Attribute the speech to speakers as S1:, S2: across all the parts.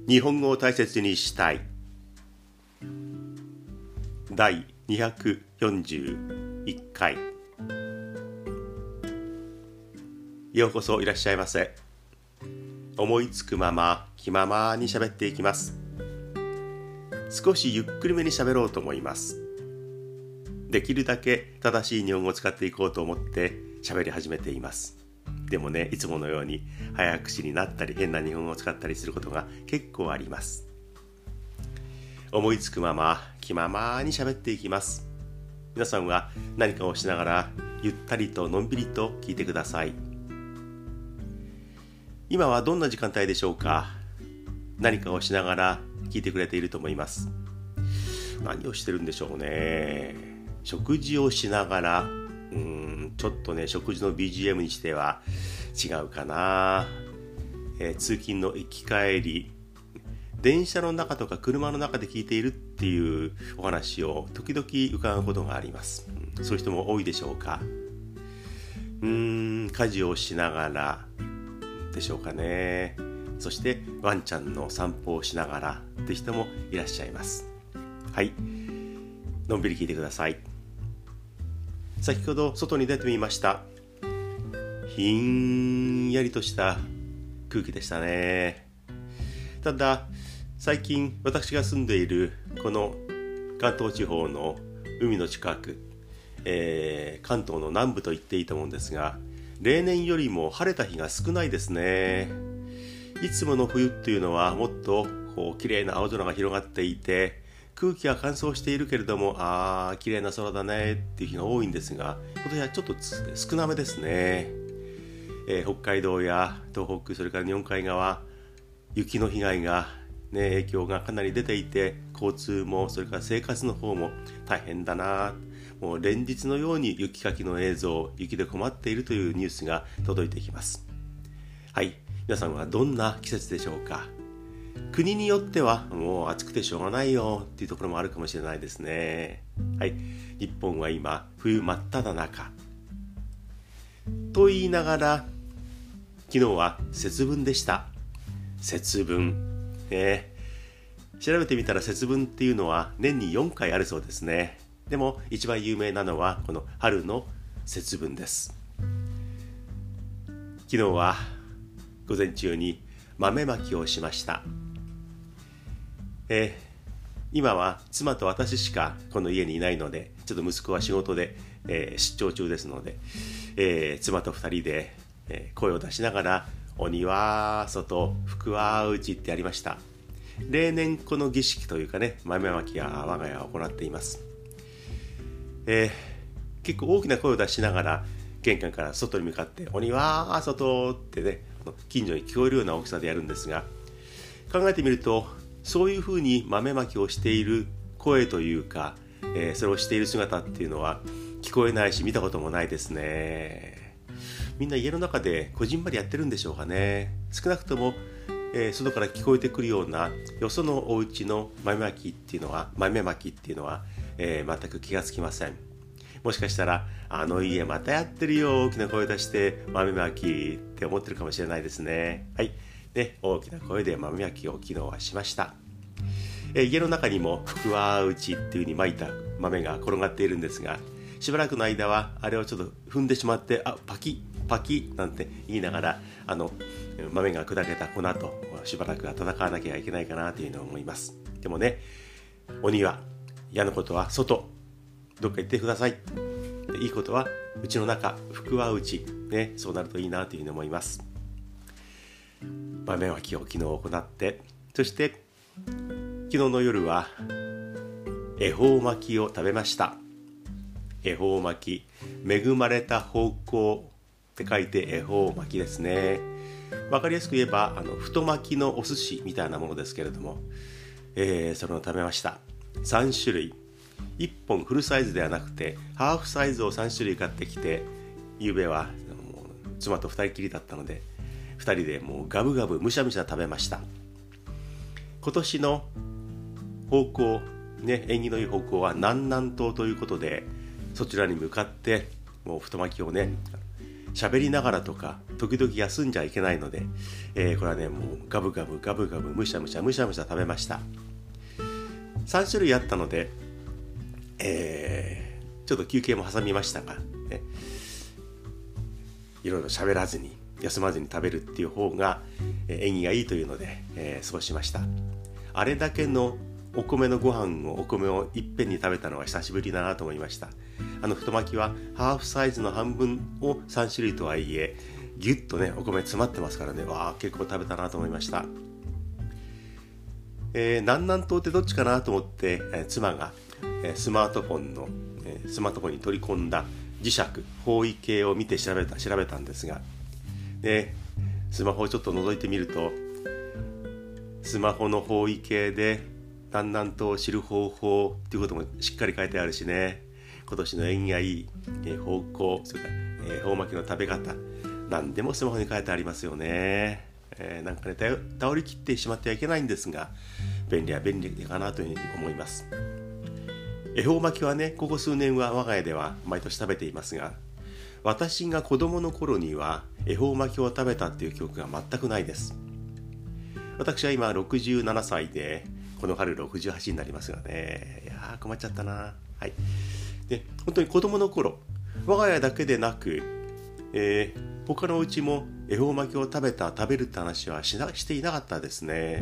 S1: 日本語を大切にしたい第241回。ようこそいらっしゃいませ。思いつくまま気ままに喋っていきます。少しゆっくりめに喋ろうと思います。できるだけ正しい日本語を使っていこうと思って喋り始めています。でもね、いつものように早口になったり変な日本語を使ったりすることが結構あります。思いつくまま気ままに喋っていきます。皆さんは何かをしながらゆったりとのんびりと聞いてください。今はどんな時間帯でしょうか。何かをしながら聞いてくれていると思います。何をしてるんでしょうね。食事をしながらちょっとね、食事の BGM にしては違うかな。通勤の行き帰り、電車の中とか車の中で聞いているっていうお話を時々伺うことがあります。そういう人も多いでしょうか。家事をしながらでしょうかね。そしてワンちゃんの散歩をしながらって人もいらっしゃいます。はい、のんびり聞いてください。先ほど外に出てみました。ひんやりとした空気でしたね。ただ最近私が住んでいるこの関東地方の海の近く、関東の南部と言っていいと思うんですが、例年よりも晴れた日が少ないですね。いつもの冬っていうのはもっと綺麗な青空が広がっていて、空気が乾燥しているけれども、綺麗な空だねっていう日が多いんですが、今年はちょっと少なめですね。北海道や東北、それから日本海側、雪の被害が、影響がかなり出ていて、交通もそれから生活の方も大変だな。もう連日のように雪かきの映像、雪で困っているというニュースが届いてきます。はい、皆さんはどんな季節でしょうか。国によってはもう暑くてしょうがないよっていうところもあるかもしれないですね。はい、日本は今冬真っ只中と言いながら、昨日は節分でした。節分、調べてみたら節分っていうのは年に4回あるそうですね。でも一番有名なのはこの春の節分です。昨日は午前中に豆まきをしました。今は妻と私しかこの家にいないので、ちょっと息子は仕事で、出張中ですので、妻と2人で、声を出しながら鬼は外、福は内ってやりました。例年この儀式というかね、豆まきは我が家は行っています。結構大きな声を出しながら玄関から外に向かって鬼は外ってね、近所に聞こえるような大きさでやるんですが、考えてみるとそういうふうに豆まきをしている声というか、それをしている姿っていうのは聞こえないし見たこともないですね。みんな家の中でこじんまりやってるんでしょうかね。少なくとも、外から聞こえてくるようなよそのお家の豆まきっていうのは、全く気がつきません。もしかしたらあの家またやってるよ、大きな声出して豆まきって思ってるかもしれないですね。はい、大きな声で豆まきを昨日はしました。家の中にも福は内っていう風にまいた豆が転がっているんですが、しばらくの間はあれをちょっと踏んでしまって、パキパキなんて言いながら豆が砕けた粉としばらくは戦わなきゃいけないかなというのを思います。でもね、鬼は嫌なことは外、どっか行ってください。で、いいことはうちの中、福は内、そうなるといいなというふうに思います。豆まきを昨日行って、そして昨日の夜は恵方巻きを食べました。恵方巻き、恵まれた方向って書いて恵方巻きですね。わかりやすく言えば太巻きのお寿司みたいなものですけれども、それを食べました。3種類、1本フルサイズではなくてハーフサイズを3種類買ってきて、夕べは妻と2人きりだったので2人でもうガブガブむしゃむしゃ食べました。今年の方向、縁起のいい方向は南南東ということで、そちらに向かってもう太巻きを喋りながらとか時々休んじゃいけないので、これはねもうガブガブガブガブむしゃむしゃむしゃむしゃ食べました。3種類あったので、ちょっと休憩も挟みましたが、いろいろ喋らずに休まずに食べるっていう方が縁起がいいというので、そうしました。あれだけのお米のご飯をお米をいっぺんに食べたのは久しぶりだなと思いました。太巻きはハーフサイズの半分を3種類とはいえギュッとねお米詰まってますからね、わあ結構食べたなと思いました。南南東ってどっちかなと思って、妻が、スマートフォンに取り込んだ磁石方位計を見て調べたんですが、スマホをちょっと覗いてみると、スマホの方位計で南南東を知る方法っていうこともしっかり書いてあるしね、今年の縁起がいい、方向、それから、恵方巻きの食べ方、何でもスマホに書いてありますよね。なんかね頼り切ってしまってはいけないんですが、便利は便利かなというふうに思います。恵方巻きはねここ数年は我が家では毎年食べていますが、私が子供の頃には恵方巻きを食べたっていう記憶が全くないです。私は今67歳でこの春68になりますがね、いや困っちゃったな。はい。で本当に子供の頃、我が家だけでなく、他のうちも恵方巻きを食べるって話はしていなかったですね。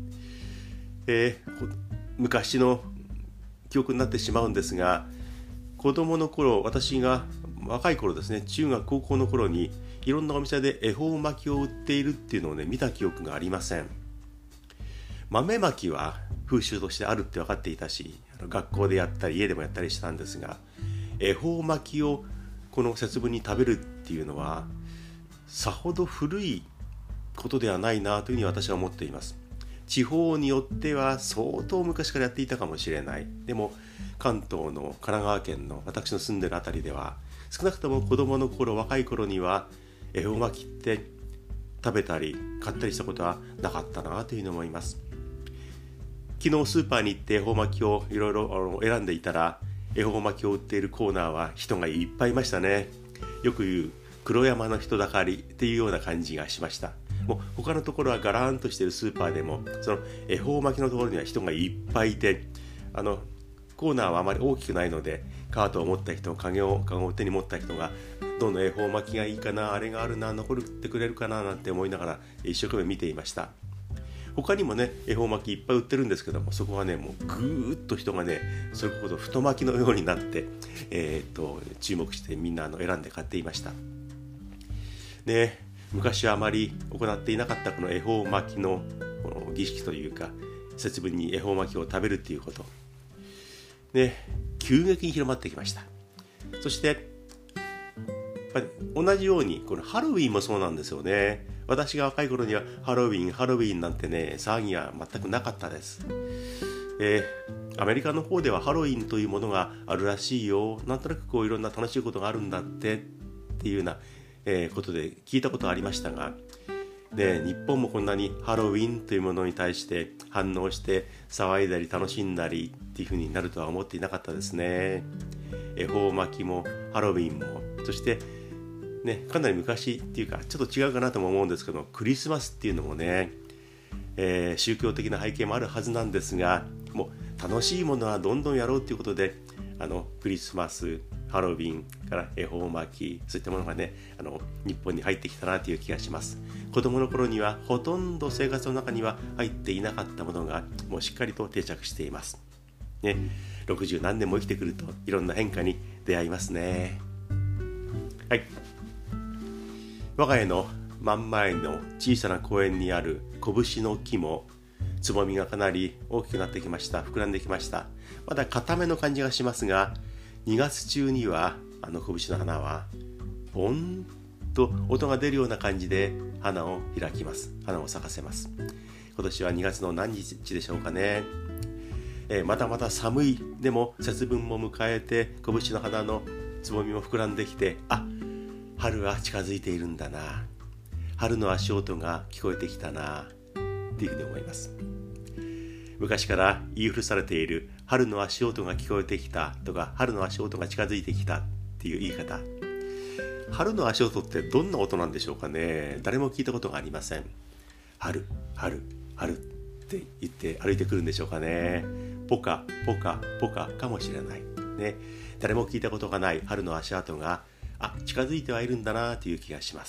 S1: 昔の記憶になってしまうんですが、子供の頃、私が若い頃ですね、中学高校の頃にいろんなお店で恵方巻きを売っているっていうのをね見た記憶がありません。豆巻きは風習としてあるって分かっていたし、学校でやったり家でもやったりしたんですが、恵方巻きをこの節分に食べるっていうのはさほど古いことではないなというふうに私は思っています。地方によっては相当昔からやっていたかもしれない。でも関東の神奈川県の私の住んでるあたりでは、少なくとも子供の頃、若い頃には恵方巻きって食べたり買ったりしたことはなかったなというふうに思います。昨日スーパーに行って恵方巻きをいろいろ選んでいたら、恵方巻きを売っているコーナーは人がいっぱいいましたね。よく言う黒山の人だかりっていうような感じがしました。もう他のところはガラーンとしているスーパーでも、その恵方巻きのところには人がいっぱいいて、コーナーはあまり大きくないので、カートを持った人、カゴを手に持った人がどの恵方巻きがいいかな、あれがあるな、残ってくれるかななんて思いながら一生懸命見ていました。他にもね恵方巻きいっぱい売ってるんですけども、そこはねもうぐーっと人がねそれこそ太巻きのようになって、注目してみんな選んで買っていました。で昔はあまり行っていなかったこの恵方巻きのこの儀式というか、節分に恵方巻きを食べるっていうことで急激に広まってきました。そしてやっぱり同じようにこのハロウィンもそうなんですよね。私が若い頃にはハロウィンなんてね騒ぎは全くなかったです。アメリカの方ではハロウィンというものがあるらしいよ、なんとなくこういろんな楽しいことがあるんだっていうような、ことで聞いたことがありましたが、日本もこんなにハロウィンというものに対して反応して騒いだり楽しんだりっていう風になるとは思っていなかったですね。恵方巻きもハロウィンも、そしてかなり昔っていうかちょっと違うかなとも思うんですけど、クリスマスっていうのもね、宗教的な背景もあるはずなんですが、もう楽しいものはどんどんやろうということで、クリスマス、ハロウィンから恵方巻き、そういったものがね日本に入ってきたなという気がします。子供の頃にはほとんど生活の中には入っていなかったものがもうしっかりと定着していますね。60何年も生きてくるといろんな変化に出会いますね。はい。我が家の真ん前の小さな公園にある拳の木もつぼみがかなり大きくなってきました。膨らんできました。まだ固めの感じがしますが、2月中には拳の花はポンと音が出るような感じで花を開きます。花を咲かせます。今年は2月の何日でしょうかね。またまた寒い、でも節分も迎えて拳の花のつぼみも膨らんできて、春は近づいているんだな、春の足音が聞こえてきたなっていうふうに思います。昔から言い古されている春の足音が聞こえてきたとか、春の足音が近づいてきたっていう言い方、 春の足音ってどんな音なんでしょうかね。誰も聞いたことがありません。春、春、春って言って歩いてくるんでしょうかね。ポカ、ポカ、ポカかもしれない。ね、誰も聞いたことがない春の足跡が近づいてはいるんだなという気がします。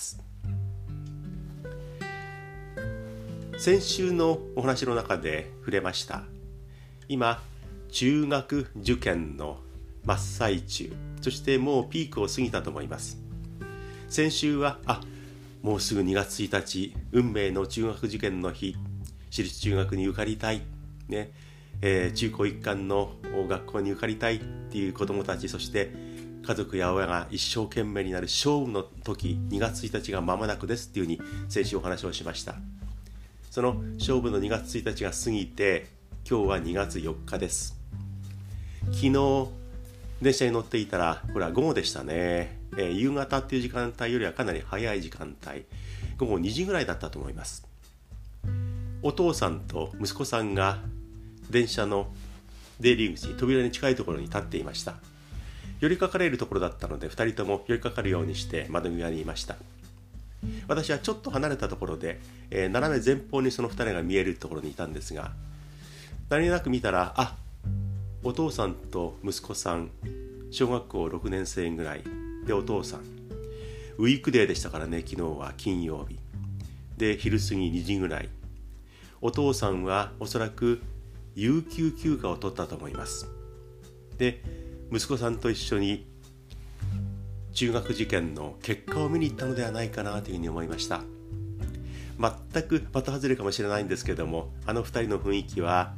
S1: 先週のお話の中で触れました。今、中学受験の真っ最中、そしてもうピークを過ぎたと思います。先週はもうすぐ2月1日、運命の中学受験の日、私立中学に受かりたい、ね中高一貫の学校に受かりたいっていう子どもたち、そして家族や親が一生懸命になる勝負の時、2月1日が間もなくですっていうふうに先週お話をしました。その勝負の2月1日が過ぎて、今日は2月4日です。昨日電車に乗っていたら、これは午後でしたね。夕方っていう時間帯よりはかなり早い時間帯、午後2時ぐらいだったと思います。お父さんと息子さんが電車の出入り口、扉に近いところに立っていました。寄りかかれるところだったので、2人とも寄りかかるようにして窓際にいました。私はちょっと離れたところで、斜め前方にその2人が見えるところにいたんですが、何気なく見たら、お父さんと息子さん、小学校6年生ぐらいで、お父さんウィークデーでしたからね、昨日は金曜日で、昼過ぎ2時ぐらい、お父さんはおそらく有給休暇を取ったと思います。で、息子さんと一緒に中学受験の結果を見に行ったのではないかなというふうに思いました。全く的外れかもしれないんですけども、あの2人の雰囲気は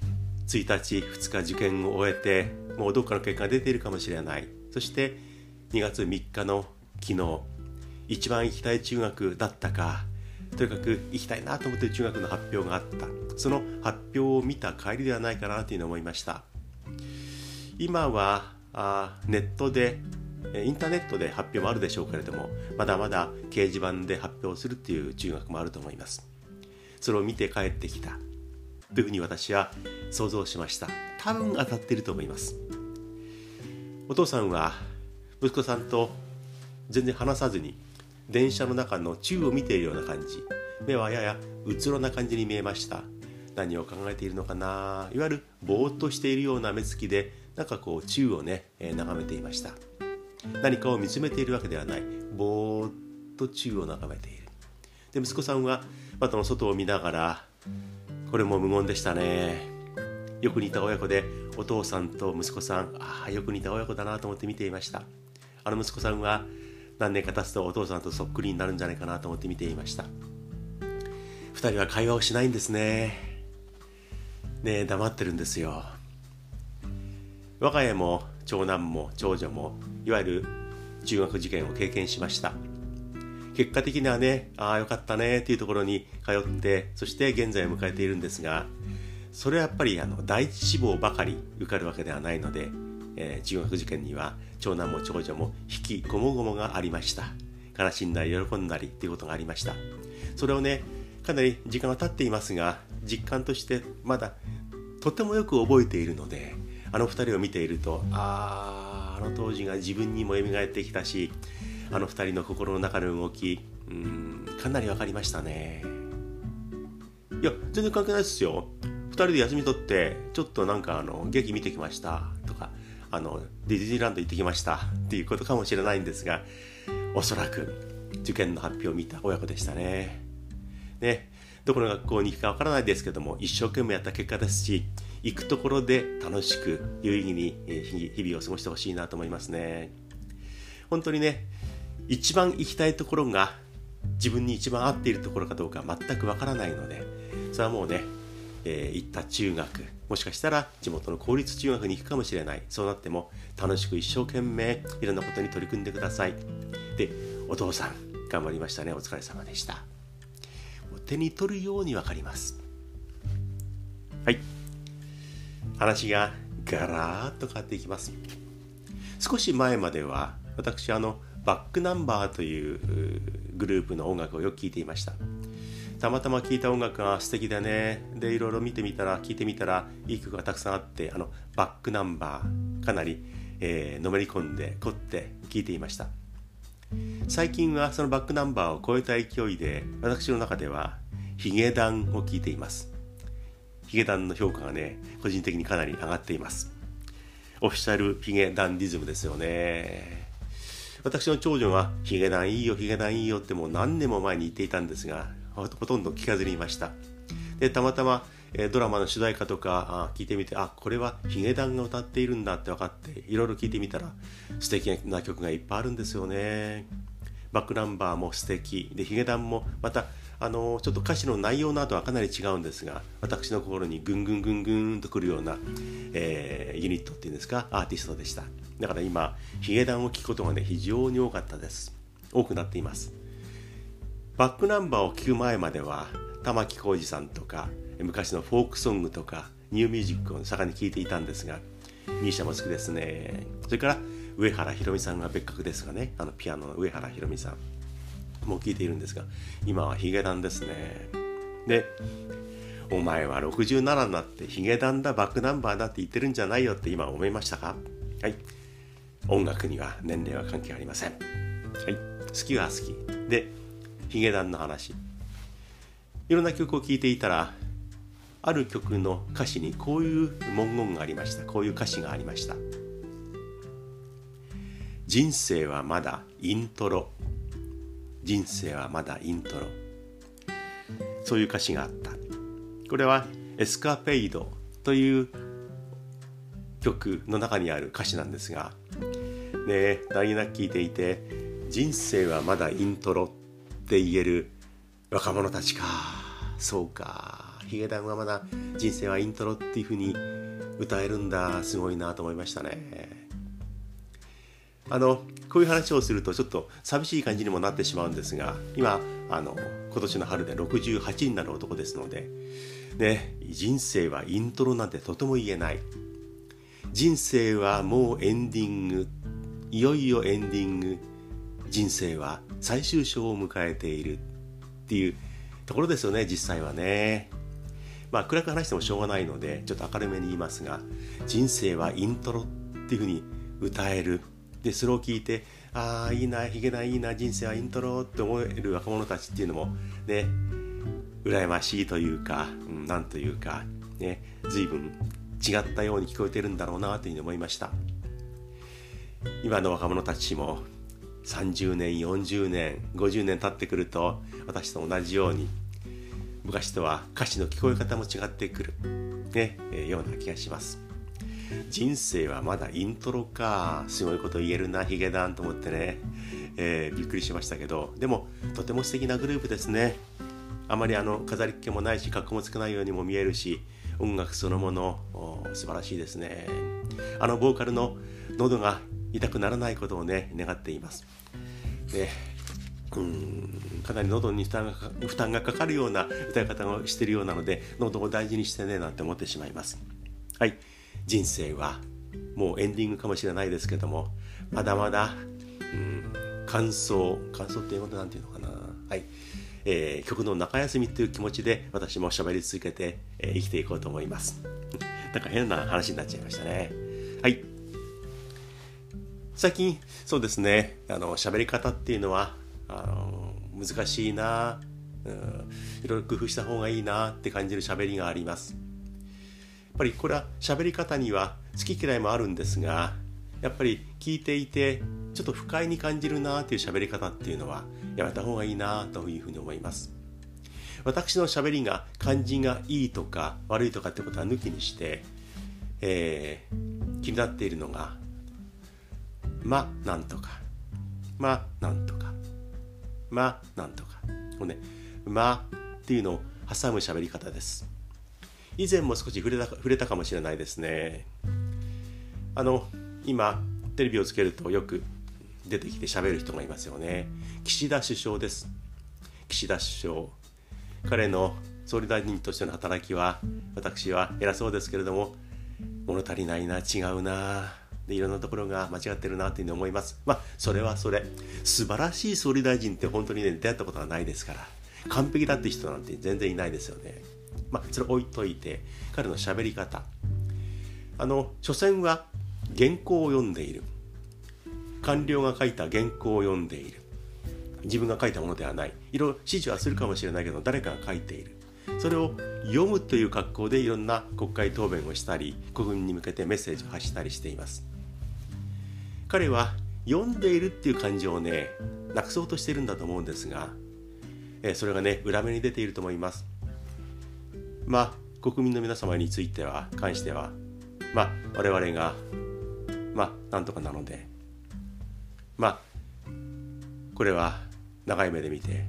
S1: 1日2日受験を終えて、もうどっかの結果が出ているかもしれない。そして2月3日の昨日、一番行きたい中学だったか、とにかく行きたいなと思っている中学の発表があった。その発表を見た帰りではないかなというふうに思いました。今はネットでインターネットで発表もあるでしょうけれども、まだまだ掲示板で発表するっていう中学もあると思います。それを見て帰ってきたというふうに私は想像しました。多分当たっていると思います。お父さんは息子さんと全然話さずに電車の中の宙を見ているような感じ、目はややうつろな感じに見えました。何を考えているのかな、いわゆるぼーっとしているような目つきで、なんかこう宙をね、眺めていました。何かを見つめているわけではない、ぼーっと宙を眺めている。で、息子さんは窓の外を見ながら、これも無言でしたね。よく似た親子で、お父さんと息子さん、よく似た親子だなと思って見ていました。あの息子さんは何年か経つとお父さんとそっくりになるんじゃないかなと思って見ていました。2人は会話をしないんですね。黙ってるんですよ。我が家も長男も長女もいわゆる中学受験を経験しました。結果的にはね、よかったねというところに通って、そして現在を迎えているんですが、それはやっぱり第一志望ばかり受かるわけではないので、中学受験には長男も長女も引きこもごもがありました。悲しんだり喜んだりということがありました。それをね、かなり時間は経っていますが、実感としてまだとてもよく覚えているので、あの2人を見ていると、あの当時が自分にも蘇ってきたし、あの2人の心の中の動き、かなり分かりましたね。いや、全然関係ないですよ。2人で休み取ってちょっとなんか劇見てきましたとか、ディズニーランド行ってきましたっていうことかもしれないんですが、おそらく受験の発表を見た親子でしたね。どこの学校に行くかわからないですけども、一生懸命やった結果ですし、行くところで楽しく有意義に日々を過ごしてほしいなと思いますね。本当にね、一番行きたいところが自分に一番合っているところかどうか全くわからないので、それはもうね、行った中学、もしかしたら地元の公立中学に行くかもしれない。そうなっても楽しく一生懸命いろんなことに取り組んでください。で、お父さん頑張りましたね。お疲れ様でした。手に取るようにわかります。はい、話がガラーッと変わっていきます。少し前までは私バックナンバーというグループの音楽をよく聴いていました。たまたま聴いた音楽が素敵だね。で、いろいろ見てみたら聴いてみたらいい曲がたくさんあって、バックナンバーかなり、のめり込んで凝って聴いていました。 最近はそのバックナンバーを超えた勢いで、私の中ではヒゲダンを聞いています。ヒゲダンの評価がね、個人的にかなり上がっています。オフィシャルヒゲダンディズムですよね。私の長女はヒゲダンいいよヒゲダンいいよってもう何年も前に言っていたんですが、ほとんど聞かずにいました。でたまたまドラマの主題歌とか聞いてみて、これはヒゲダンが歌っているんだって分かって、いろいろ聞いてみたら素敵な曲がいっぱいあるんですよね。バックナンバーも素敵で、ヒゲダンもまたちょっと歌詞の内容などはかなり違うんですが、私の心にぐんぐんぐんぐんとくるような、ユニットっていうんですか、アーティストでした。だから今ヒゲダンを聴くことがね、非常に多くなっています。バックナンバーを聴く前までは玉置浩二さんとか昔のフォークソングとかニューミュージックを盛んに聴いていたんですが、ミーシャも好きですね。それから上原ひろみさんが別格ですがね、ピアノの上原ひろみさんも聴いているんですが、今はヒゲダンですね。で、お前は67になってヒゲダンだバックナンバーだって言ってるんじゃないよって今思いましたか？はい、音楽には年齢は関係ありません。はい、好きは好きで、ヒゲダンの話、いろんな曲を聴いていたら、ある曲の歌詞にこういう文言がありました。こういう歌詞がありました。人生はまだイントロ、人生はまだイントロ、そういう歌詞があった。これはエスカペイドという曲の中にある歌詞なんですが、ね、何気なく聴いていて、人生はまだイントロって言える若者たちか、そうか、ヒゲダンはまだ人生はイントロっていう風に歌えるんだ、すごいなと思いましたね。こういう話をするとちょっと寂しい感じにもなってしまうんですが、今今年の春で68になる男ですのでね、人生はイントロなんてとても言えない。人生はもうエンディング、いよいよエンディング、人生は最終章を迎えているっていうところですよね、実際はね。暗く話してもしょうがないのでちょっと明るめに言いますが、人生はイントロっていうふうに歌える。でそれを聞いて、いいな、ヒゲダンいいな、人生はイントロって思える若者たちっていうのもね、羨ましいというか、なんというかね、随分違ったように聞こえてるんだろうなというふうに思いました。今の若者たちも30年40年50年経ってくると、私と同じように昔とは歌詞の聞こえ方も違ってくる、ような気がします。人生はまだイントロか、すごいこと言えるなヒゲダンと思ってね、びっくりしましたけど、でもとても素敵なグループですね。あまり飾りっ気もないし、格好もつかないようにも見えるし、音楽そのもの素晴らしいですね。ボーカルの喉が痛くならないことをね、願っています。かなり喉に負担がかかるような歌い方をしているようなので、喉を大事にしてねなんて思ってしまいます。はい、人生はもうエンディングかもしれないですけども、まだまだ感想っていうことなんていうのかな、はい、曲の中休みという気持ちで私も喋り続けて、生きていこうと思います。なんか変な話になっちゃいましたね。はい、最近そうですね、喋り方っていうのは難しいな、いろいろ工夫した方がいいなって感じる喋りがあります。やっぱりこれは喋り方には好き嫌いもあるんですが、やっぱり聞いていてちょっと不快に感じるなという喋り方っていうのはやめた方がいいなというふうに思います。私の喋りが感じがいいとか悪いとかってことは抜きにして、気になっているのがなんとかなんとかなんとか、これね、っていうのを挟む喋り方です。以前も少し触れたかもしれないですね。今テレビをつけるとよく出てきて喋る人がいますよね。岸田首相です。岸田首相、彼の総理大臣としての働きは私は偉そうですけれども、物足りないな、違うな、でいろんなところが間違ってるなというふうに思います。それはそれ、素晴らしい総理大臣って本当にね、出会ったことがないですから、完璧だって人なんて全然いないですよね。それ置いといて、彼の喋り方、所詮は原稿を読んでいる、官僚が書いた原稿を読んでいる、 自分が書いたものではない。いろいろ指示はするかもしれないけど誰かが書いている。それを読むという格好でいろんな国会答弁をしたり、国民に向けてメッセージを発したりしています。彼は読んでいるっていう感情をね、なくそうとしているんだと思うんですが、それがね、裏目に出ていると思います。国民の皆様については、関しては、我々が、なんとかなので、これは長い目で見て、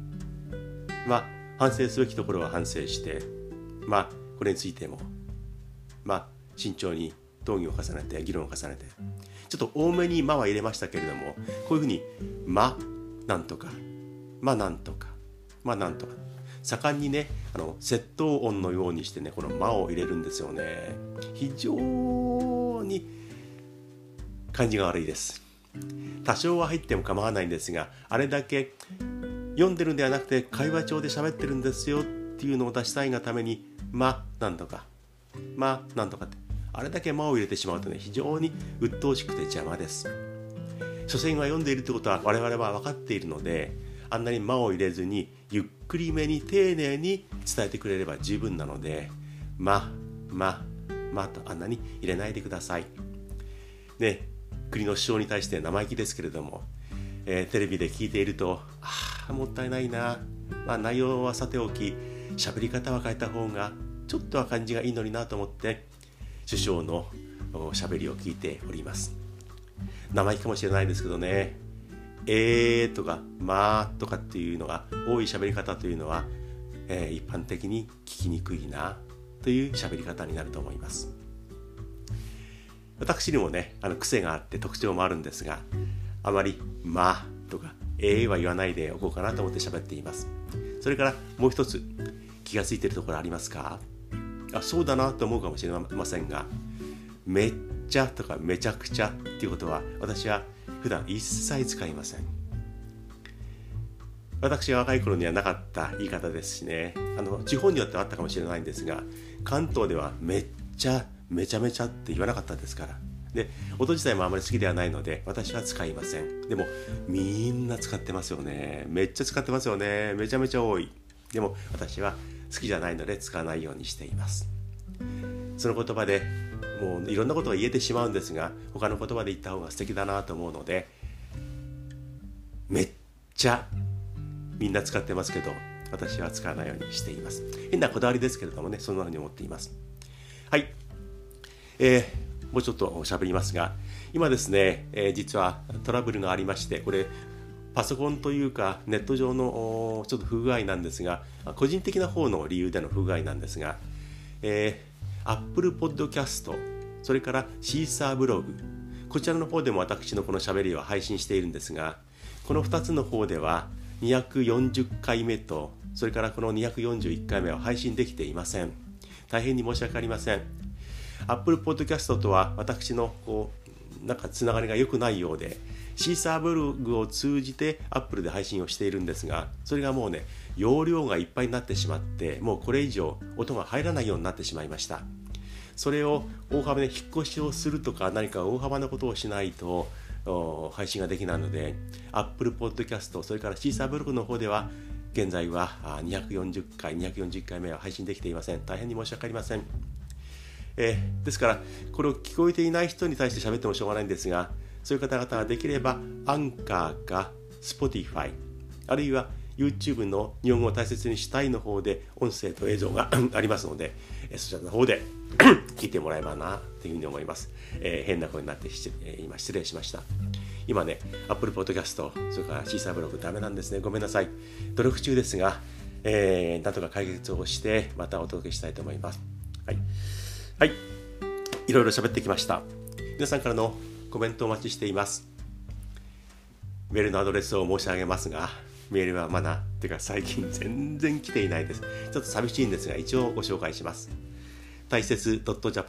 S1: 反省すべきところは反省して、これについても、慎重に討議を重ねて、議論を重ねて、ちょっと多めには入れましたけれども、こういうふうに、なんとか、なんとか、なんとか、盛んにね、窃盗音のようにしてね、このを入れるんですよね。非常に感じが悪いです。多少は入っても構わないんですが、あれだけ読んでるんではなくて会話帳で喋ってるんですよっていうのを出したいがためになんとかなんとかって、あれだけを入れてしまうとね、非常に鬱陶しくて邪魔です。書箋は読んでいるということは我々は分かっているので、あんなにを入れずにゆっくりめに丁寧に伝えてくれれば十分なので、とあんなに入れないでくださいね。国の首相に対して生意気ですけれども、テレビで聞いていると、もったいないな、内容はさておき喋り方は変えた方がちょっとは感じがいいのになと思って首相の喋りを聞いております。生意気かもしれないですけどね、とかとかっていうのが多い喋り方というのは、一般的に聞きにくいなという喋り方になると思います。私にもね、癖があって特徴もあるんですが、あまりとかは言わないでおこうかなと思って喋っています。それからもう一つ気がついているところありますか？そうだなと思うかもしれませんが、めっちゃとかめちゃくちゃっていうことは私は普段一切使いません。私が若い頃にはなかった言い方ですしね、地方によってはあったかもしれないんですが、関東ではめっちゃめちゃめちゃって言わなかったですから。で、音自体もあまり好きではないので私は使いません。でもみんな使ってますよね。めっちゃ使ってますよね。めちゃめちゃ多い。でも私は好きじゃないので使わないようにしています。その言葉でもういろんなことが言えてしまうんですが、他の言葉で言った方が素敵だなと思うので、めっちゃみんな使ってますけど私は使わないようにしています。変なこだわりですけれどもね、そんなふうに思っています。はい、もうちょっと喋りますが、今ですね、実はトラブルがありまして、これパソコンというかネット上のちょっと不具合なんですが、個人的な方の理由での不具合なんですが、Apple Podcast、それからシーサーブログ、こちらの方でも私のこの喋りを配信しているんですが、この2つの方では240回目と、それからこの241回目は配信できていません。大変に申し訳ありません。Apple Podcast とは私のつながりが良くないようで、シーサーブログを通じて Apple で配信をしているんですが、それがもうね、容量がいっぱいになってしまって、もうこれ以上音が入らないようになってしまいました。それを大幅に引っ越しをするとか、何か大幅なことをしないと配信ができないので、 Apple Podcast、 それからシーサーブログの方では現在は240回目は配信できていません。大変に申し訳ありません。ですからこれを聞こえていない人に対して喋ってもしょうがないんですが、そういう方々はできればアンカーか Spotify、 あるいは YouTube の日本語を大切にしたいの方で音声と映像がありますので、そちらの方で聞いてもらえばなというふうに思います。変な声になって今失礼しました。今ね、Apple Podcast、 それからシーサーブログダメなんですね。ごめんなさい。努力中ですが、なんとか解決をしてまたお届けしたいと思います。はい、いろいろ喋ってきました。皆さんからのコメントをお待ちしています。メールのアドレスを申し上げますが、メールはまだというか最近全然来ていないです。ちょっと寂しいんですが一応ご紹介します。大切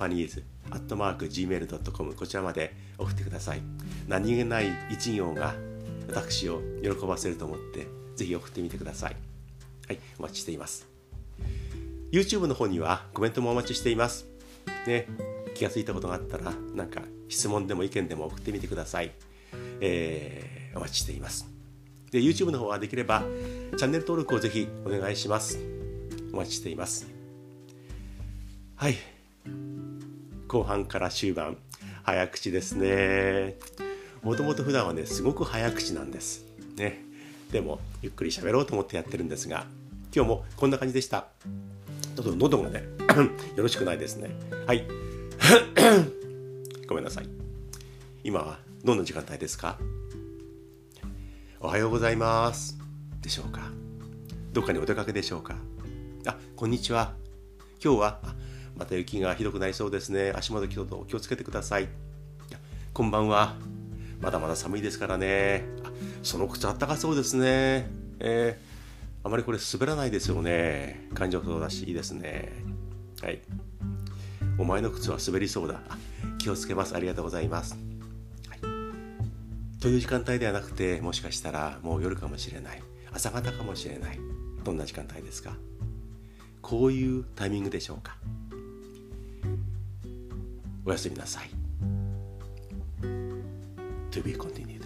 S1: .japanese@gmail.com、 こちらまで送ってください。何気ない一行が私を喜ばせると思ってぜひ送ってみてください。はい、お待ちしています。 YouTube の方にはコメントもお待ちしていますね。気がついたことがあったら、なんか質問でも意見でも送ってみてください。お待ちしています。 で YouTube の方はできればチャンネル登録をぜひお願いします。お待ちしています。はい、後半から終盤早口ですね。もともと普段はねすごく早口なんですね。でもゆっくり喋ろうと思ってやってるんですが、今日もこんな感じでした。ちょっと喉がねよろしくないですね。はいごめんなさい。今はどんな時間帯ですか？おはようございますでしょうか？どっかにお出かけでしょうか？こんにちは。今日はまた雪がひどくなりそうですね。足元気をつけてください。こんばんは。まだまだ寒いですからね。その靴あったかそうですね。あまりこれ滑らないですよね。感情そうだしいいですね。はい。お前の靴は滑りそうだ。気をつけます。ありがとうございます。はい、という時間帯ではなくて、もしかしたらもう夜かもしれない。朝方かもしれない。どんな時間帯ですか？こういうタイミングでしょうか？おやすみなさい。To be continued.